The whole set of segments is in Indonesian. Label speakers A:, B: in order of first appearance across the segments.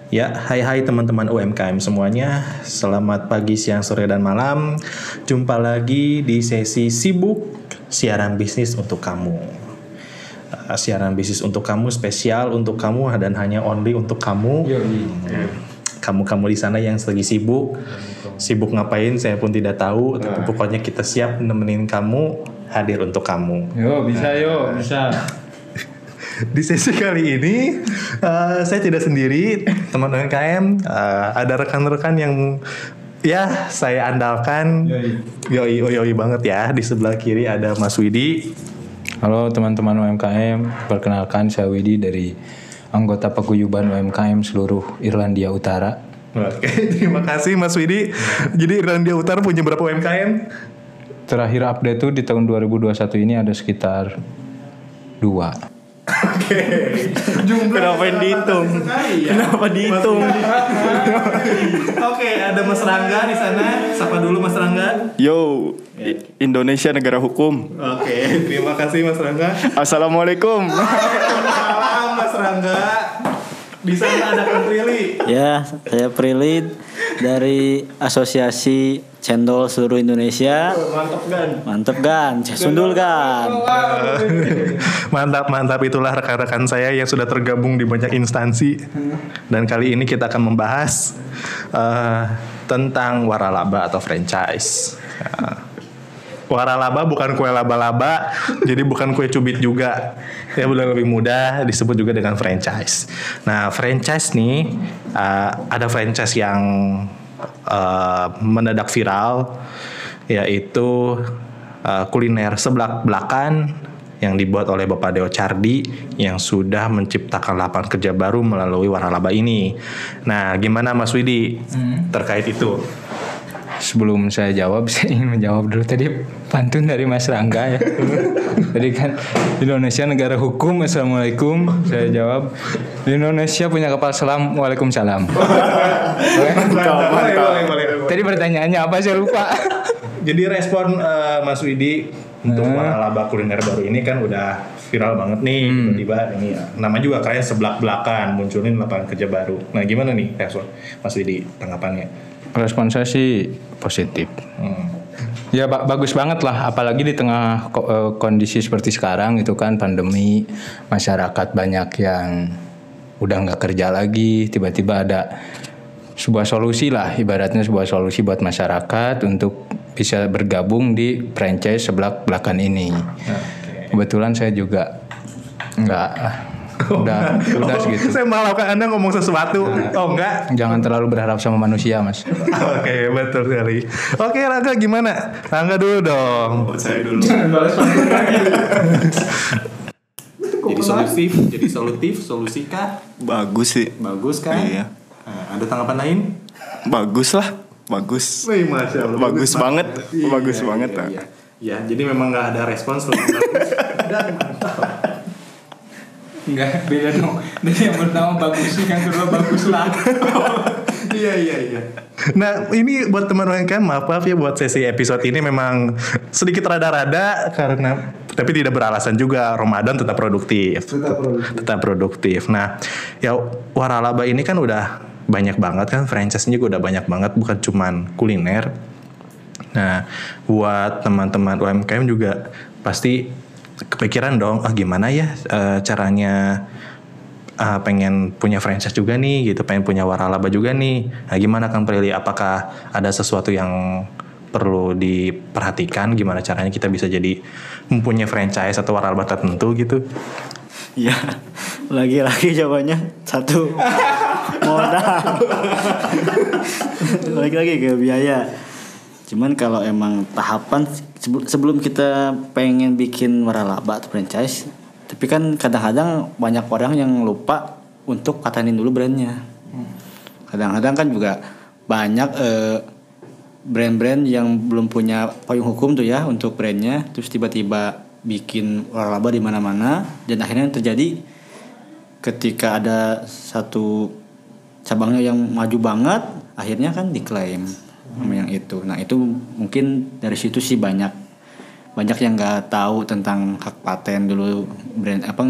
A: Ya, hai teman-teman UMKM semuanya. Selamat pagi, siang, sore, dan malam. Jumpa lagi di sesi sibuk siaran bisnis untuk kamu. Siaran bisnis untuk kamu, spesial untuk kamu dan hanya only untuk kamu. Kamu-kamu di sana yang lagi sibuk. Sibuk ngapain saya pun tidak tahu, tapi pokoknya kita siap nemenin kamu, hadir untuk kamu.
B: Bisa.
A: Di sesi kali ini saya tidak sendiri, teman UMKM, ada rekan-rekan yang ya saya andalkan. Yoi banget ya. Di sebelah kiri ada Mas Widi.
B: Halo teman-teman UMKM, perkenalkan saya Widi dari anggota paguyuban UMKM seluruh Irlandia Utara.
A: Oke, terima kasih Mas Widi. Jadi Irlandia Utara punya berapa UMKM?
B: Terakhir update tuh di tahun 2021 ini ada sekitar 2.
A: Oke. Kenapa dihitung? Kenapa dihitung? Oke, ada Mas Rangga di sana. Sapa dulu Mas Rangga.
C: Yo, Indonesia negara hukum.
A: Oke, terima kasih Mas Rangga.
C: Assalamualaikum.
A: Waalaikumsalam Mas Rangga. Di sana ada Kang Prilly.
D: Ya, saya Prilly dari Asosiasi Cendol Seluruh Indonesia. Mantap kan? Sundul kan?
A: Mantap. Itulah rekan-rekan saya yang sudah tergabung di banyak instansi. Dan kali ini kita akan membahas tentang waralaba atau franchise. Waralaba bukan kue laba-laba, jadi bukan kue cubit juga. Ya boleh lebih mudah disebut juga dengan franchise. Nah, franchise nih ada franchise yang mendadak viral, yaitu kuliner seblak-belakan yang dibuat oleh Bapak Deo Cardi yang sudah menciptakan lapangan kerja baru melalui waralaba ini. Nah, gimana Mas Widi terkait itu?
B: Sebelum saya jawab, saya ingin menjawab dulu tadi pantun dari Mas Rangga ya. Tadi kan Indonesia negara hukum, Assalamualaikum. Saya jawab, Indonesia punya kapal selam, Waalaikumsalam. Tadi pertanyaannya apa, saya lupa.
A: Jadi respon Mas Widi untuk waralaba kuliner baru ini kan udah viral banget nih. Tiba-tiba ini nama juga keren, seblak-belakan, munculin lapangan kerja baru. Nah, gimana nih respon Mas Widi, tanggapannya?
B: Respon saya sih positif. Ya bagus banget lah, apalagi di tengah kondisi seperti sekarang itu kan pandemi, masyarakat banyak yang udah nggak kerja lagi, tiba-tiba ada sebuah solusi lah, ibaratnya sebuah solusi buat masyarakat untuk bisa bergabung di franchise seblak-belakan ini. Kebetulan saya juga nggak udah segitu.
A: Saya malah kan Anda ngomong sesuatu. Enggak.
B: Jangan terlalu berharap sama manusia, Mas.
A: Oke, betul sekali. Oke, Rangga gimana? Rangga dulu dong.
C: Saya dulu.
A: Jadi solutif, solusikah?
C: Bagus sih.
A: Bagus kan?
C: Iya.
A: Ada tanggapan lain?
C: Bagus lah. Bagus.
A: Wih, Masya Allah.
C: Bagus banget. Bagus banget.
A: Iya. Ya, jadi memang nggak ada respons lebih bagus dan mantap.
B: Enggak, beda dong. Dari yang pertama bagus, yang kedua bagus lah.
A: Iya. Nah, ini buat teman UMKM, maaf ya buat sesi episode ini memang sedikit rada-rada karena tapi tidak beralasan juga, Ramadan tetap produktif. Tetap produktif. Nah, ya waralaba ini kan udah banyak banget kan, franchise-nya juga udah banyak banget, bukan cuman kuliner. Nah, buat teman-teman UMKM juga pasti kepikiran dong, gimana ya caranya pengen punya franchise juga nih gitu, pengen punya waralaba juga nih. Nah, gimana Kang Prilly, apakah ada sesuatu yang perlu diperhatikan, gimana caranya kita bisa jadi mempunyai franchise atau waralaba tertentu gitu?
D: Ya, lagi-lagi jawabannya satu, modal. Lagi-lagi ke biaya. Cuman kalau emang tahapan sebelum kita pengen bikin waralaba atau franchise, tapi kan kadang-kadang banyak orang yang lupa untuk patahin dulu brandnya. Kadang-kadang kan juga banyak brand-brand yang belum punya payung hukum tuh ya untuk brandnya, terus tiba-tiba bikin waralaba di mana-mana, dan akhirnya yang terjadi ketika ada satu cabangnya yang maju banget, akhirnya kan diklaim sama yang itu. Nah, itu mungkin dari situ sih banyak yang nggak tahu tentang hak paten dulu, brand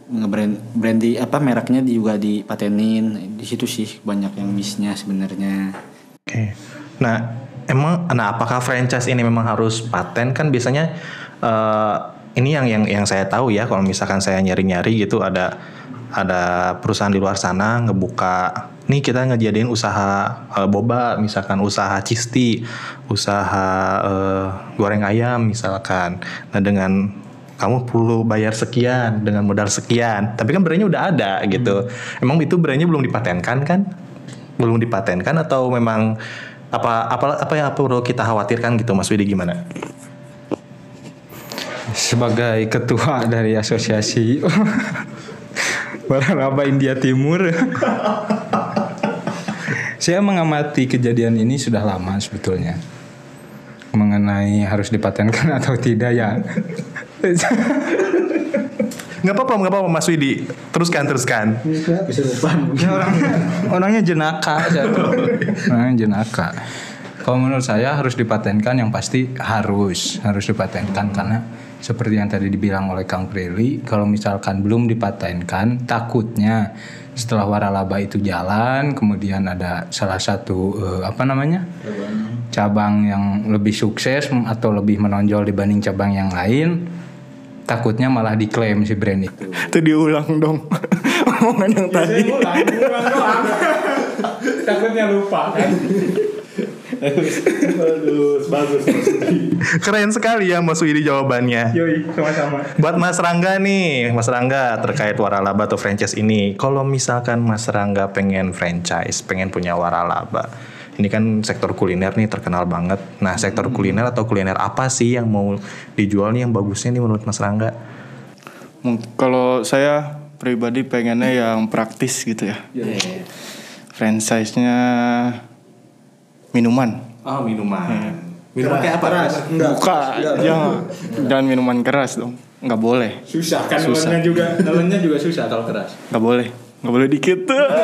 D: branding mereknya juga dipatenin. Di situ sih banyak yang miss-nya sebenarnya.
A: Oke. Nah, apakah franchise ini memang harus paten? Kan biasanya ini yang saya tahu ya, kalau misalkan saya nyari-nyari gitu ada perusahaan di luar sana ngebuka, nih kita ngejadiin usaha boba, misalkan usaha cisti, usaha goreng ayam misalkan. Nah, dengan kamu perlu bayar sekian dengan modal sekian, tapi kan brandnya udah ada gitu. Emang itu brandnya belum dipatenkan kan? Belum dipatenkan atau memang apa yang perlu kita khawatirkan gitu, Mas Widi, gimana?
B: Sebagai ketua dari asosiasi waralaba India Timur, saya mengamati kejadian ini sudah lama sebetulnya. Mengenai harus dipatenkan atau tidak ya.
A: Nggak apa-apa Mas Widi, teruskan.
D: Bisa lupa.
B: Orangnya jenaka aja tuh. Orangnya jenaka. Kalau menurut saya harus dipatenkan, yang pasti harus dipatenkan, karena seperti yang tadi dibilang oleh Kang Prilly, kalau misalkan belum dipatenkan, takutnya setelah waralaba itu jalan, kemudian ada salah satu cabang yang lebih sukses atau lebih menonjol dibanding cabang yang lain, takutnya malah diklaim si brand itu.
C: Itu diulang dong. Omongan yang tadi.
B: Ulang takutnya lupa kan.
D: Bagus.
A: Keren sekali ya Mas Widi jawabannya.
B: Yoi, sama-sama.
A: Buat Mas Rangga nih, Mas Rangga terkait waralaba atau franchise ini. Kalau misalkan Mas Rangga pengen franchise, pengen punya waralaba, ini kan sektor kuliner nih terkenal banget. Nah, sektor kuliner atau kuliner apa sih yang mau dijual nih yang bagusnya nih menurut Mas Rangga?
C: Kalau saya pribadi pengennya yang praktis gitu ya. Franchise-nya minuman.
A: Oh, minuman. Minuman kayak apa?
C: Jangan minuman keras dong. Nggak boleh.
B: Susah kan, nelennya juga susah kalau keras.
C: Nggak boleh dikit.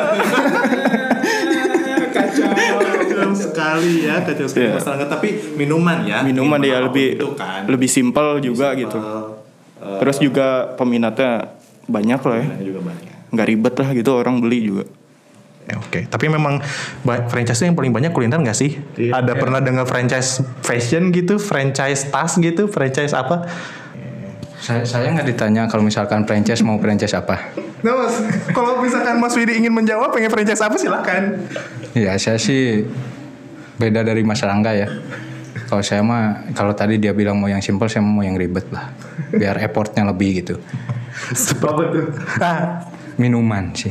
A: Kacau sekali ya, Mas Rangga. Tapi minuman ya.
C: Minuman dia
A: kan.
C: lebih simpel juga gitu. Terus juga peminatnya banyak lah ya.
A: Juga banyak.
C: Nggak ribet lah gitu, orang beli juga.
A: Oke. Tapi memang franchise yang paling banyak kuliner nggak sih? Ada pernah dengar franchise fashion gitu, franchise tas gitu, franchise apa?
B: Saya nggak ditanya kalau misalkan franchise mau franchise apa.
A: Nah Mas, kalau misalkan Mas Widi ingin menjawab pengen franchise apa silakan.
B: Ya saya sih beda dari Mas Rangga ya. Kalau saya mah, kalau tadi dia bilang mau yang simple, saya mau yang ribet lah. Biar effortnya lebih gitu.
A: Apa tuh?
B: Minuman sih.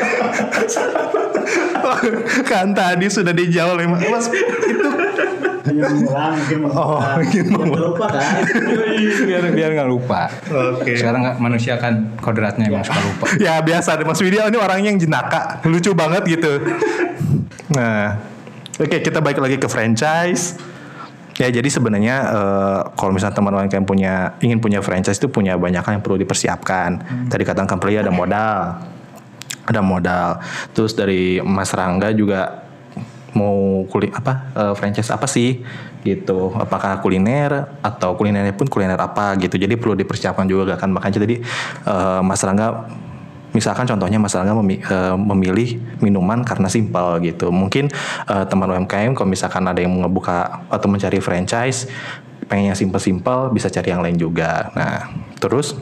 A: Kan tadi sudah dijawab Mas itu.
D: Lupa kan?
B: biar nggak lupa.
A: Oke.
B: Sekarang manusia kan kodratnya emang suka lupa.
A: Ya biasa Mas Widi ini orangnya yang jenaka, lucu banget gitu. Nah, oke, kita balik lagi ke franchise. Ya jadi sebenarnya kalau misalnya teman-teman kalian ingin punya franchise itu punya banyak hal yang perlu dipersiapkan. Tadi kata Kang Prilly ada modal. Terus dari Mas Rangga juga mau franchise apa sih gitu, apakah kuliner atau kulinernya pun kuliner apa gitu, jadi perlu dipersiapkan juga kan. Makanya tadi Mas Rangga, misalkan contohnya Mas Rangga memilih minuman karena simpel gitu. Mungkin teman UMKM kalau misalkan ada yang mau ngebuka atau mencari franchise pengen yang simpel bisa cari yang lain juga. Nah terus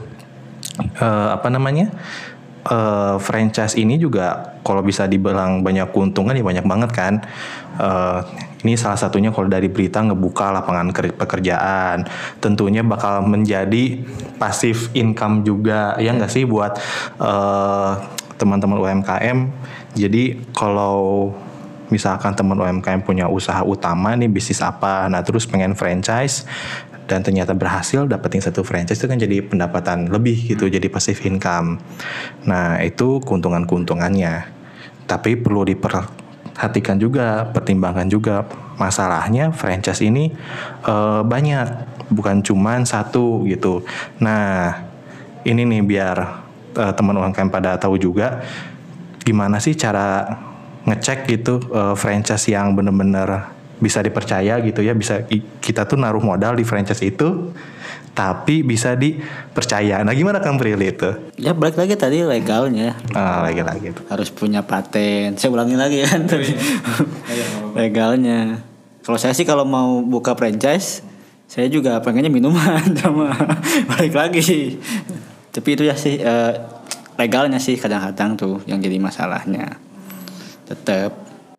A: franchise ini juga kalau bisa dibilang banyak keuntungan ya banyak banget kan. Ini salah satunya kalau dari berita ngebuka lapangan pekerjaan, tentunya bakal menjadi passive income juga ya nggak sih buat teman-teman UMKM. Jadi kalau misalkan teman UMKM punya usaha utama nih, bisnis apa, nah terus pengen franchise dan ternyata berhasil dapetin satu franchise, itu kan jadi pendapatan lebih gitu, jadi passive income. Nah itu keuntungannya. Tapi perlu diperhatikan juga, pertimbangkan juga, masalahnya franchise ini banyak, bukan cuman satu gitu. Nah ini nih biar teman UMKM pada tahu juga gimana sih cara ngecek gitu franchise yang bener-bener bisa dipercaya gitu ya, bisa kita tuh naruh modal di franchise itu tapi bisa dipercaya. Nah gimana Kang Prilly itu?
D: Ya balik lagi tadi legalnya.
A: Lagi-lagi
D: Harus punya paten. Saya ulangi lagi kan tadi. Legalnya. Kalau saya sih kalau mau buka franchise, saya juga pengennya minuman sama balik lagi. Tapi itu ya sih legalnya sih kadang-kadang tuh yang jadi masalahnya. Tetap.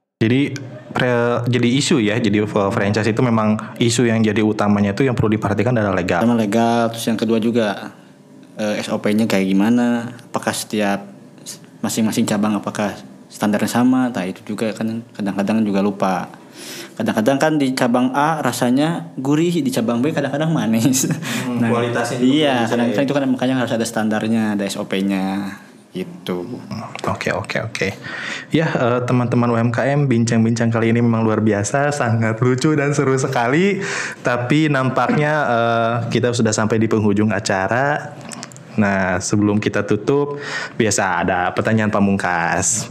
A: Jadi isu ya. Jadi franchise itu memang isu yang jadi utamanya itu yang perlu diperhatikan adalah legal.
D: Sama legal. Terus yang kedua juga SOP-nya kayak gimana? Apakah setiap masing-masing cabang apakah standarnya sama? Nah itu juga kan kadang-kadang juga lupa. Kadang-kadang kan di cabang A rasanya gurih, di cabang B kadang-kadang manis.
A: Kualitasnya juga
D: iya, kadang-kadang itu kan makanya harus ada standarnya, ada SOP-nya gitu.
A: Oke. Ya teman-teman UMKM, bincang-bincang kali ini memang luar biasa, sangat lucu dan seru sekali. Tapi nampaknya kita sudah sampai di penghujung acara. Nah sebelum kita tutup, biasa ada pertanyaan pamungkas.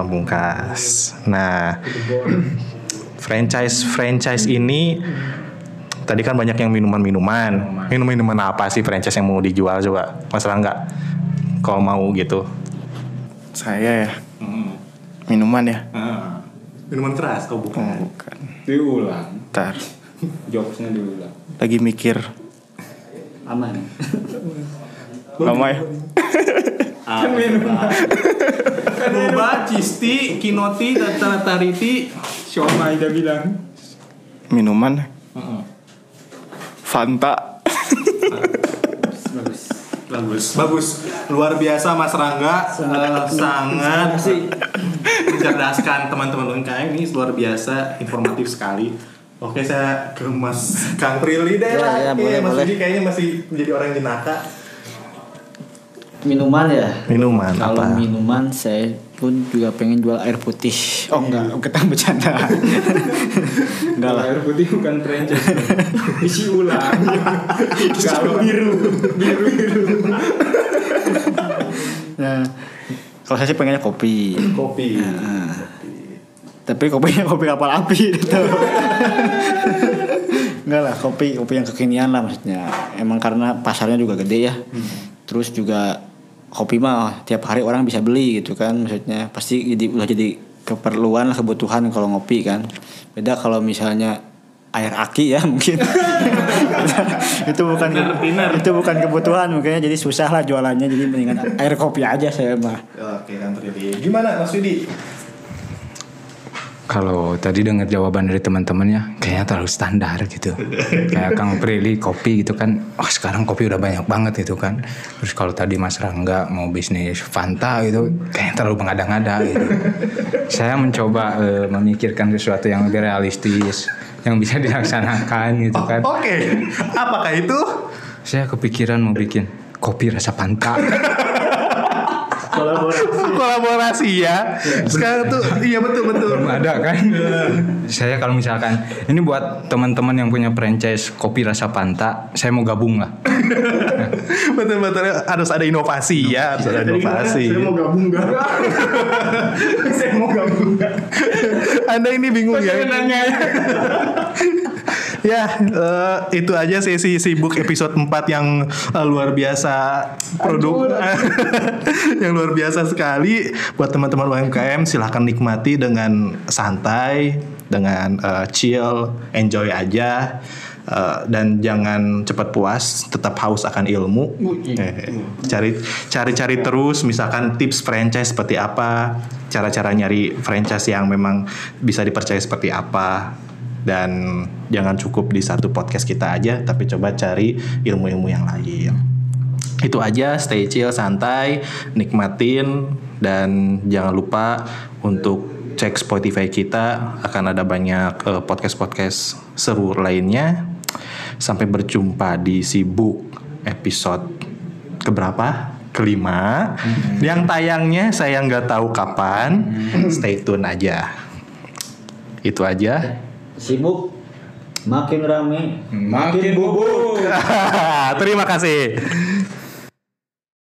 A: Nah franchise ini tadi kan banyak yang minuman. Minuman apa sih franchise yang mau dijual coba? Masalah nggak? Kalau mau gitu.
C: Saya ya. Minuman ya.
A: Minuman keras kau bukan?
C: Bukan.
B: Diulang.
C: Ntar.
B: Jokesnya diulang.
C: Lagi mikir.
D: Aman.
C: Lama ya.
A: Boba, cisti, kinoti, tariti,
B: Siomay dia bilang.
C: Minuman. Fanta.
A: Bagus. Luar biasa Mas Rangga. Sangat mencerdaskan teman-teman UMKM ini, luar biasa, informatif sekali. Oke, saya ke Mas Kang Prilly deh.
D: Ya, boleh.
A: Mas Budi kayaknya masih menjadi orang jenaka.
D: Minuman ya?
A: Minuman
D: Kalau
A: apa?
D: minuman saya pun juga pengen jual air putih. Oh enggak, kita bercanda. Enggak lah.
B: Air putih bukan franchise. Isi ulang. Kalau biru.
D: Nah, kalau saya sih pengennya kopi. Tapi kopinya kopi kapal api gitu. Enggak lah, kopi yang kekinian lah maksudnya. Emang karena pasarnya juga gede ya. Terus juga kopi mah tiap hari orang bisa beli gitu kan, maksudnya pasti udah jadi keperluan lah, kebutuhan kalau ngopi kan. Beda kalau misalnya air aki ya mungkin. itu bukan kebutuhan, makanya jadi susah lah jualannya, jadi mendingan air kopi aja saya mah.
A: Oke, Kang Prilly. Gimana Mas Widi?
B: Kalau tadi dengar jawaban dari teman-temannya kayaknya terlalu standar gitu. Kayak Kang Prilly kopi gitu kan. Sekarang kopi udah banyak banget gitu kan. Terus kalau tadi Mas Rangga mau bisnis Fanta gitu, kayaknya terlalu mengada-ngada gitu. Saya mencoba memikirkan sesuatu yang lebih realistis, yang bisa dilaksanakan gitu kan.
A: Oke. Apakah itu?
B: Saya kepikiran mau bikin kopi rasa Fanta.
A: Kolaborasi ya. Sekarang tuh iya betul.
B: Belum ada kan. Saya kalau misalkan ini buat teman-teman yang punya franchise kopi rasa Fanta, saya mau gabung lah.
A: betul harus ada inovasi ya, harus ada inovasi.
C: Saya mau gabung gak?
A: Anda ini bingung ya. Ya, itu aja sesi sibuk episode 4 yang luar biasa yang luar biasa sekali. Buat teman-teman UMKM silahkan nikmati dengan santai, dengan chill, enjoy aja. Dan jangan cepat puas, tetap haus akan ilmu. Cari terus, misalkan tips franchise seperti apa, cara-cara nyari franchise yang memang bisa dipercaya seperti apa. Dan jangan cukup di satu podcast kita aja, tapi coba cari ilmu-ilmu yang lain. Itu aja, stay chill, santai, nikmatin, dan jangan lupa untuk cek Spotify kita, akan ada banyak podcast-podcast seru lainnya. Sampai berjumpa di Sibuk episode keberapa? Kelima. Yang tayangnya saya nggak tahu kapan. Stay tune aja. Itu aja.
D: Sibuk makin rame,
B: Makin bubuk.
A: Terima kasih.